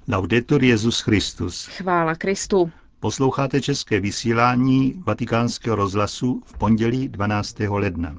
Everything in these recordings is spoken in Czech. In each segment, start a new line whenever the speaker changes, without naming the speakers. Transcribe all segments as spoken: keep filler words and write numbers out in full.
Laudetur Jesus Christus.
Chvála Kristu.
Posloucháte české vysílání Vatikánského rozhlasu v pondělí dvanáctého ledna.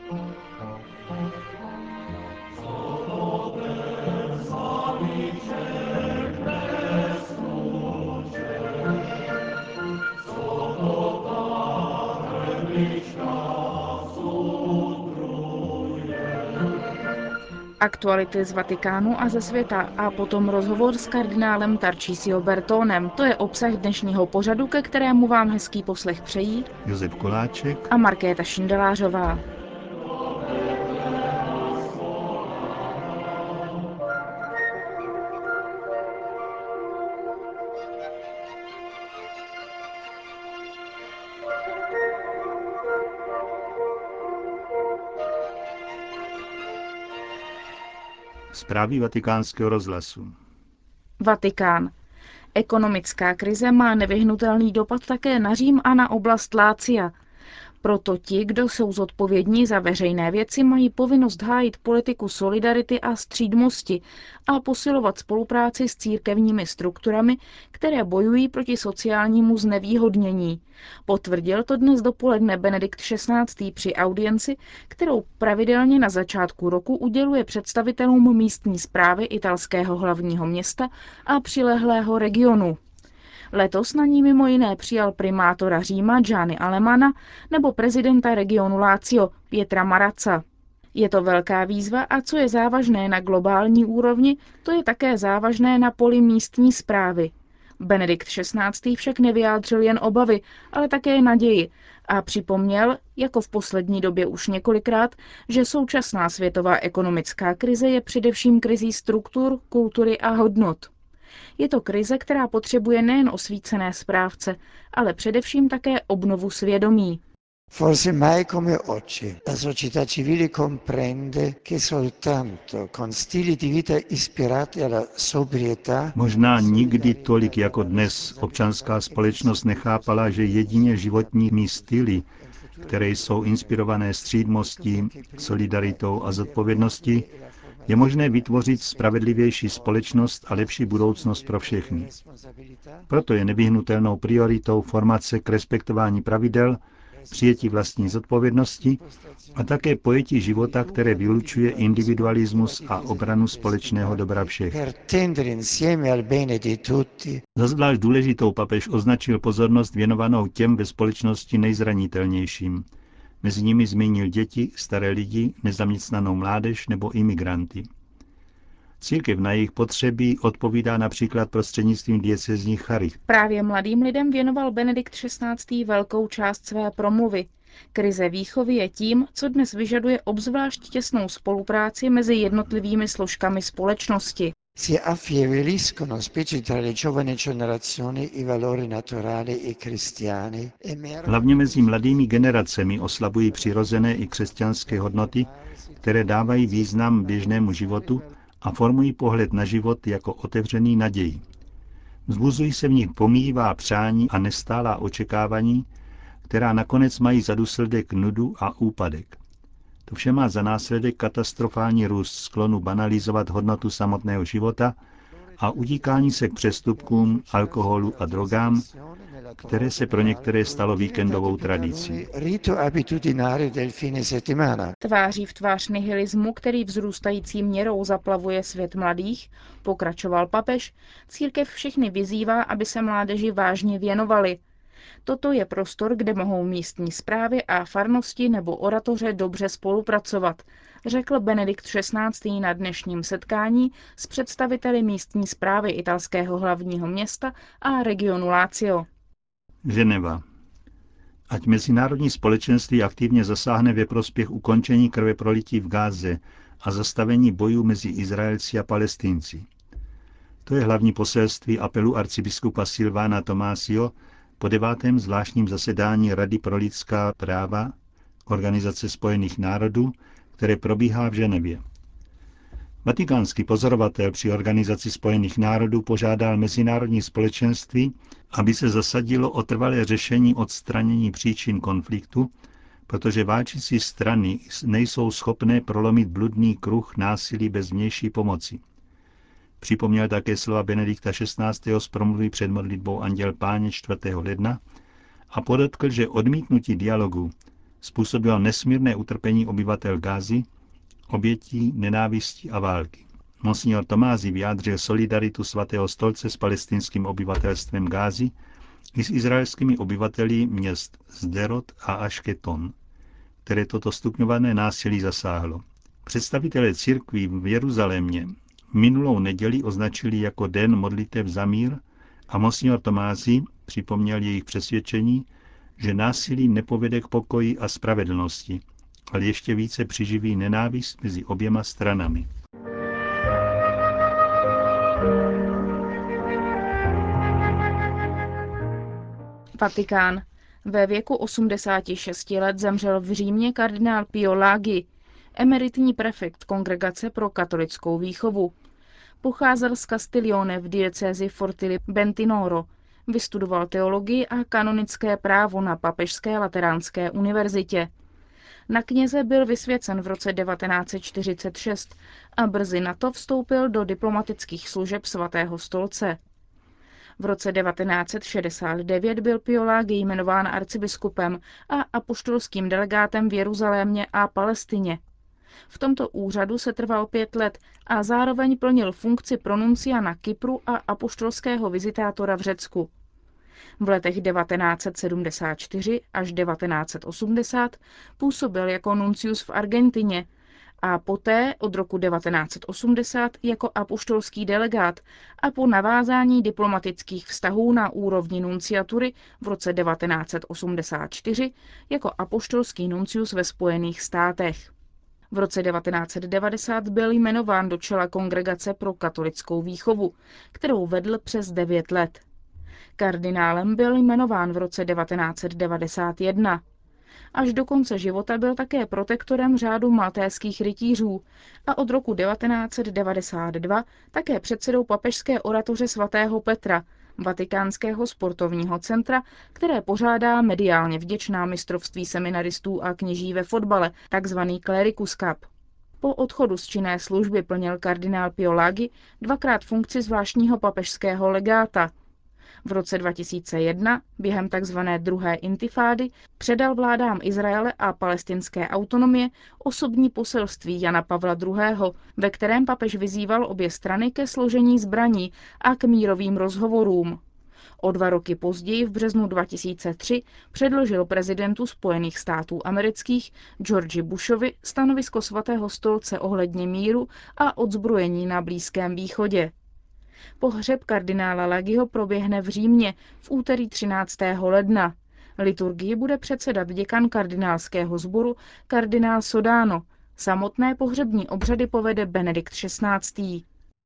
Aktuality z Vatikánu a ze světa a potom rozhovor s kardinálem Tarcísio Bertónem. To je obsah dnešního pořadu, ke kterému vám hezký poslech přejí
Josef Koláček
a Markéta Šindelářová.
Zprávy Vatikánského rozhlasu.
Vatikán. Ekonomická krize má nevyhnutelný dopad také na Řím a na oblast Lácia. Proto ti, kdo jsou zodpovědní za veřejné věci, mají povinnost hájit politiku solidarity a střídmosti a posilovat spolupráci s církevními strukturami, které bojují proti sociálnímu znevýhodnění. Potvrdil to dnes dopoledne Benedikt šestnáctý při audienci, kterou pravidelně na začátku roku uděluje představitelům místní správy italského hlavního města a přilehlého regionu. Letos na ní mimo jiné přijal primátora Říma Gianni Alemana nebo prezidenta regionu Lazio Pietra Marazza. Je to velká výzva a co je závažné na globální úrovni, to je také závažné na poli místní správy. Benedikt šestnáctý však nevyjádřil jen obavy, ale také naději a připomněl, jako v poslední době už několikrát, že současná světová ekonomická krize je především krizí struktur, kultury a hodnot. Je to krize, která potřebuje nejen osvícené správce, ale především také obnovu svědomí.
Forse mai come oggi la società civile comprende che soltanto con stili di vita ispirati alla sobrietà.
Možná nikdy tolik jako dnes občanská společnost nechápala, že jedině životními styly, které jsou inspirované střídmostí, solidaritou a zodpovědností, je možné vytvořit spravedlivější společnost a lepší budoucnost pro všechny. Proto je nevyhnutelnou prioritou formace k respektování pravidel, přijetí vlastní zodpovědnosti a také pojetí života, které vylučuje individualismus a obranu společného dobra všech. Za zvlášť důležitou papež označil pozornost věnovanou těm ve společnosti nejzranitelnějším. Mezi nimi zmínil děti, staré lidi, nezaměstnanou mládež nebo imigranty. Církev na jejich potřeby odpovídá například prostřednictvím diecézních charit.
Právě mladým lidem věnoval Benedikt šestnáctý velkou část své promluvy. Krize výchovy je tím, co dnes vyžaduje obzvlášť těsnou spolupráci mezi jednotlivými složkami společnosti.
Si affievoliscono, specie tra le giovani generazioni, i valori naturali e cristiani.
Hlavně mezi mladými generacemi oslabují přirozené i křesťanské hodnoty, které dávají význam běžnému životu a formují pohled na život jako otevřený naději. Vzbuzují se v nich pomíjivá přání a nestálá očekávání, která nakonec mají za důsledek nudu a úpadek. To vše má za následek katastrofální růst sklonu banalizovat hodnotu samotného života a utíkání se k přestupkům, alkoholu a drogám, které se pro některé stalo víkendovou tradicí.
Tváří v tvář nihilismu, který vzrůstající měrou zaplavuje svět mladých, pokračoval papež, církev všechny vyzývá, aby se mládeži vážně věnovali. Toto je prostor, kde mohou místní správy a farnosti nebo oratoře dobře spolupracovat, řekl Benedikt šestnáctý na dnešním setkání s představiteli místní správy italského hlavního města a regionu Lazio.
Ženeva. Ať mezinárodní společenství aktivně zasáhne ve prospěch ukončení krveprolití v Gáze a zastavení bojů mezi Izraelci a Palestinci. To je hlavní poselství apelu arcibiskupa Silvana Tomásio po devátém zvláštním zasedání Rady pro lidská práva Organizace spojených národů, které probíhá v Ženevě. Vatikánský pozorovatel při Organizaci spojených národů požádal mezinárodní společenství, aby se zasadilo o trvalé řešení odstranění příčin konfliktu, protože válčící strany nejsou schopné prolomit bludný kruh násilí bez vnější pomoci. Připomněl také slova Benedikta šestnáctého z promluvy před modlitbou Anděl Páně čtvrtého ledna a podotkl, že odmítnutí dialogu způsobilo nesmírné utrpení obyvatel Gázy, obětí nenávisti a války. Monsignor Tomázy vyjádřil solidaritu svatého stolce s palestinským obyvatelstvem Gázy i s izraelskými obyvateli měst Sderot a Ašketon, které toto stupňované násilí zasáhlo. Představitelé církví v Jeruzalémě minulou neděli označili jako den modlitev za mír a monsignor Tomázy připomněl jejich přesvědčení, že násilí nepovede k pokoji a spravedlnosti, ale ještě více přiživí nenávist mezi oběma stranami.
Vatikán. Ve věku osmdesáti šesti let zemřel v Římě kardinál Pio Laghi, emeritní prefekt Kongregace pro katolickou výchovu. Pocházel z Castiglione v diecézi Fortili Bentinoro, vystudoval teologii a kanonické právo na Papežské lateránské univerzitě. Na kněze byl vysvěcen v roce devatenáct set čtyřicet šest a brzy na to vstoupil do diplomatických služeb svatého stolce. V roce devatenáct set šedesát devět byl Pio Laghi jmenován arcibiskupem a apoštolským delegátem v Jeruzalémě a Palestině. V tomto úřadu se trval pět let a zároveň plnil funkci pronuncia na Kypru a apoštolského vizitátora v Řecku. V letech devatenáct set sedmdesát čtyři až devatenáct set osmdesát působil jako nuncius v Argentině a poté od roku devatenáct set osmdesát jako apoštolský delegát a po navázání diplomatických vztahů na úrovni nunciatury v roce devatenáct set osmdesát čtyři jako apoštolský nuncius ve Spojených státech. V roce devatenáct set devadesát byl jmenován do čela Kongregace pro katolickou výchovu, kterou vedl přes devět let. Kardinálem byl jmenován v roce devatenáct set devadesát jedna. Až do konce života byl také protektorem řádu maltéských rytířů a od roku devatenáct set devadesát dva také předsedou papežské oratoře svatého Petra, Vatikánského sportovního centra, které pořádá mediálně vděčná mistrovství seminaristů a kněží ve fotbale, takzvaný Clericus Cup. Po odchodu z činné služby plnil kardinál Pio Laghi dvakrát funkci zvláštního papežského legáta. V roce dva tisíce jedna během tzv. Druhé intifády předal vládám Izraele a palestinské autonomie osobní poselství Jana Pavla druhého., ve kterém papež vyzýval obě strany ke složení zbraní a k mírovým rozhovorům. O dva roky později v březnu dva tisíce tři předložil prezidentu Spojených států amerických Georgi Bushovi stanovisko svatého stolce ohledně míru a odzbrojení na Blízkém východě. Pohřeb kardinála Laghiho proběhne v Římě v úterý třináctého ledna. Liturgii bude předsedat děkan kardinálského sboru kardinál Sodano. Samotné pohřební obřady povede Benedikt šestnáctý.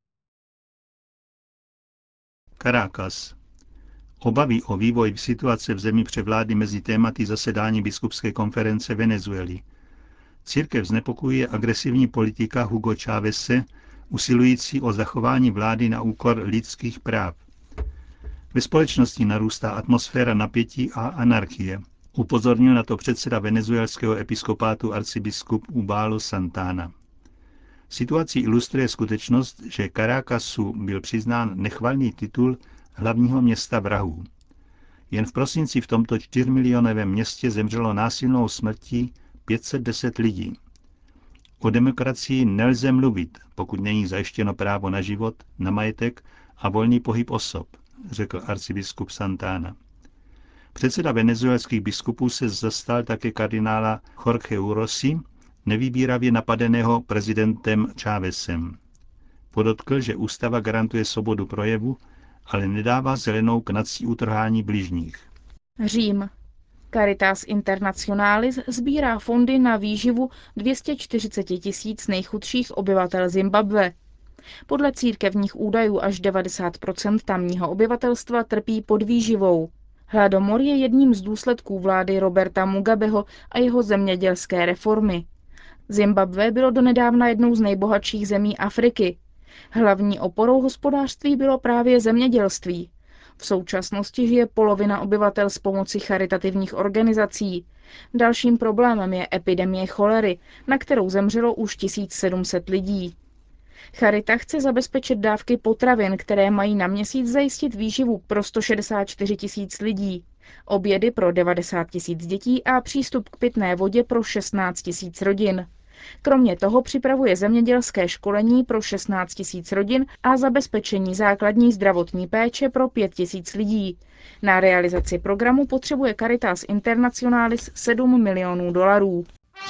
Caracas. Obavy o vývoj situace v zemi převládly mezi tématy zasedání biskupské konference Venezuely. Církev znepokojuje agresivní politika Hugo Cháveze, usilující o zachování vlády na úkor lidských práv. Ve společnosti narůstá atmosféra napětí a anarchie. Upozornil na to předseda venezuelského episkopátu arcibiskup Ubaldo Santana. Situaci ilustruje skutečnost, že Caracasu byl přiznán nechvalný titul hlavního města vrahů. Jen v prosinci v tomto čtyřmilionovém městě zemřelo násilnou smrtí pět set deset lidí. O demokracii nelze mluvit, pokud není zajištěno právo na život, na majetek a volný pohyb osob, řekl arcibiskup Santana. Předseda venezuelských biskupů se zastal také kardinála Jorge Urosi, nevybíravě napadeného prezidentem Chávezem. Podotkl, že ústava garantuje svobodu projevu, ale nedává zelenou k nací utrhání bližních.
Řím. Caritas Internationalis sbírá fondy na výživu dvě stě čtyřicet tisíc nejchudších obyvatel Zimbabwe. Podle církevních údajů až devadesát procent tamního obyvatelstva trpí podvýživou. Hladomor je jedním z důsledků vlády Roberta Mugabeho a jeho zemědělské reformy. Zimbabwe bylo donedávna jednou z nejbohatších zemí Afriky. Hlavní oporou hospodářství bylo právě zemědělství. V současnosti žije polovina obyvatel s pomocí charitativních organizací. Dalším problémem je epidemie cholery, na kterou zemřelo už tisíc sedm set lidí. Charita chce zabezpečit dávky potravin, které mají na měsíc zajistit výživu pro sto šedesát čtyři tisíc lidí, obědy pro devadesát tisíc dětí a přístup k pitné vodě pro šestnáct tisíc rodin. Kromě toho připravuje zemědělské školení pro šestnáct tisíc rodin a zabezpečení základní zdravotní péče pro pět tisíc lidí. Na realizaci programu potřebuje Caritas Internationalis sedm milionů dolarů.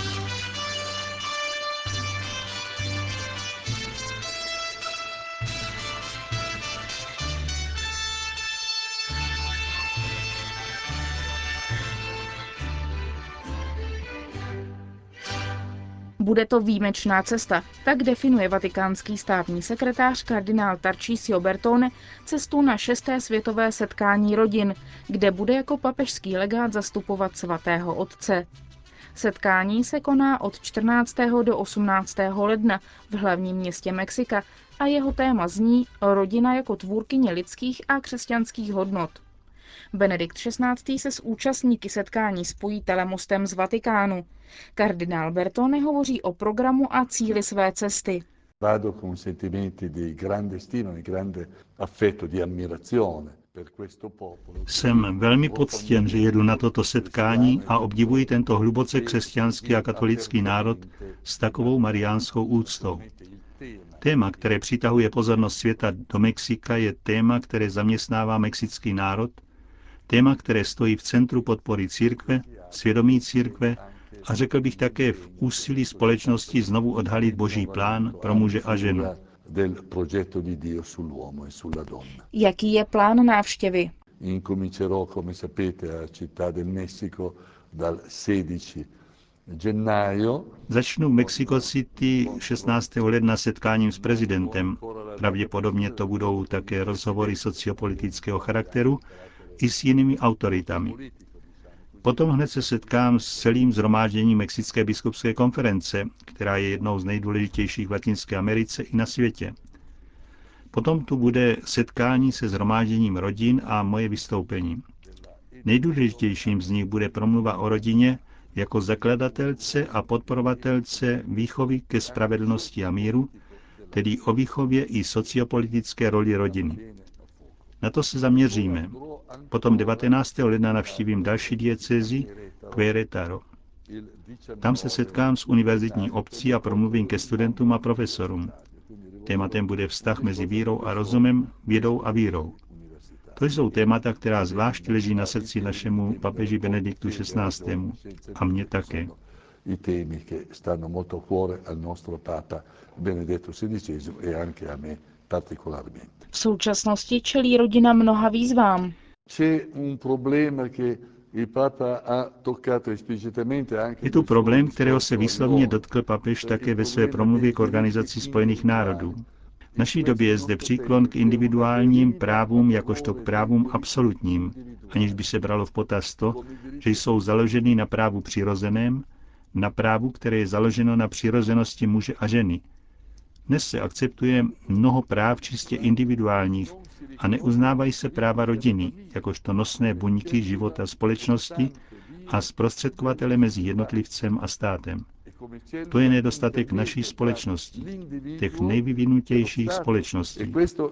Bude to výjimečná cesta, tak definuje vatikánský státní sekretář kardinál Tarcisio Bertone cestu na šesté světové setkání rodin, kde bude jako papežský legát zastupovat svatého otce. Setkání se koná od čtrnáctého do osmnáctého ledna v hlavním městě Mexika a jeho téma zní Rodina jako tvůrkyně lidských a křesťanských hodnot. Benedikt šestnáctý se s účastníky setkání spojí telemostem z Vatikánu. Kardinál Bertone hovoří o programu a cíli své cesty.
Jsem velmi poctěn, že jedu na toto setkání a obdivuji tento hluboce křesťanský a katolický národ s takovou mariánskou úctou. Téma, které přitahuje pozornost světa do Mexika, je téma, které zaměstnává mexický národ, téma, které stojí v centru podpory církve, svědomí církve a řekl bych také v úsilí společnosti znovu odhalit Boží plán pro muže a ženu.
Jaký je plán návštěvy?
Začnu v Mexico City šestnáctého ledna setkáním s prezidentem. Pravděpodobně to budou také rozhovory sociopolitického charakteru i s jinými autoritami. Potom hned se setkám s celým shromážděním Mexické biskupské konference, která je jednou z nejdůležitějších v Latinské Americe i na světě. Potom tu bude setkání se shromážděním rodin a moje vystoupení. Nejdůležitějším z nich bude promluva o rodině jako zakladatelce a podporovatelce výchovy ke spravedlnosti a míru, tedy o výchově i sociopolitické roli rodiny. Na to se zaměříme. Potom devatenáctého ledna navštívím další diecézi Querétaro. Tam se setkám s univerzitní obcí a promluvím ke studentům a profesorům. Tématem bude vztah mezi vírou a rozumem, vědou a vírou. To jsou témata, která zvlášť leží na srdci našemu papeži Benediktu šestnáctému. A mně také.
V současnosti čelí rodina mnoha výzvám.
Je tu problém, kterého se výslovně dotkl papež také ve své promluvě k Organizaci spojených národů. V naší době je zde příklon k individuálním právům jakožto k právům absolutním, aniž by se bralo v potaz to, že jsou založeny na právu přirozeném, na právu, které je založeno na přirozenosti muže a ženy. Dnes se akceptuje mnoho práv čistě individuálních a neuznávají se práva rodiny, jakožto nosné buňky života společnosti a zprostředkovatele mezi jednotlivcem a státem. To je nedostatek naší společnosti, těch nejvyvinutějších společností.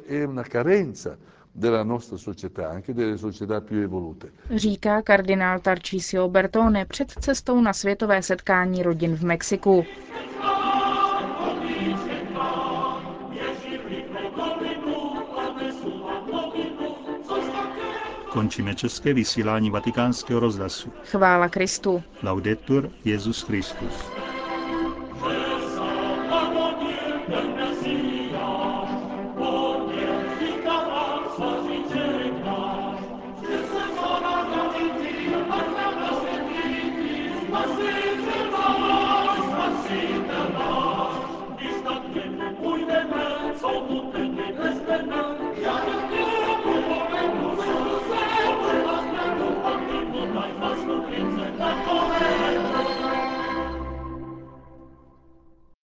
Říká kardinál Tarcisio Bertone před cestou na světové setkání rodin v Mexiku.
Končíme české vysílání Vatikánského rozhlasu.
Chvála Kristu.
Laudetur Jesus Christus.